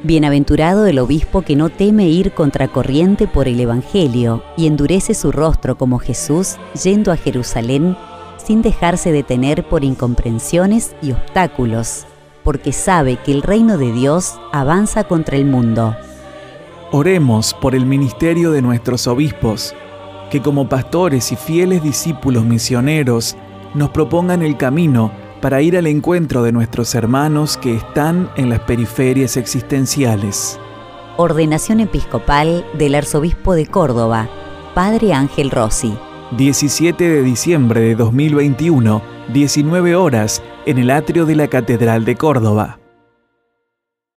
Bienaventurado el obispo que no teme ir contracorriente por el Evangelio y endurece su rostro como Jesús yendo a Jerusalén sin dejarse detener por incomprensiones y obstáculos, porque sabe que el reino de Dios avanza contra el mundo. Oremos por el ministerio de nuestros obispos, que como pastores y fieles discípulos misioneros nos propongan el camino para ir al encuentro de nuestros hermanos que están en las periferias existenciales. Ordenación episcopal del arzobispo de Córdoba, Padre Ángel Rossi. 17 de diciembre de 2021, 19 horas, en el atrio de la Catedral de Córdoba.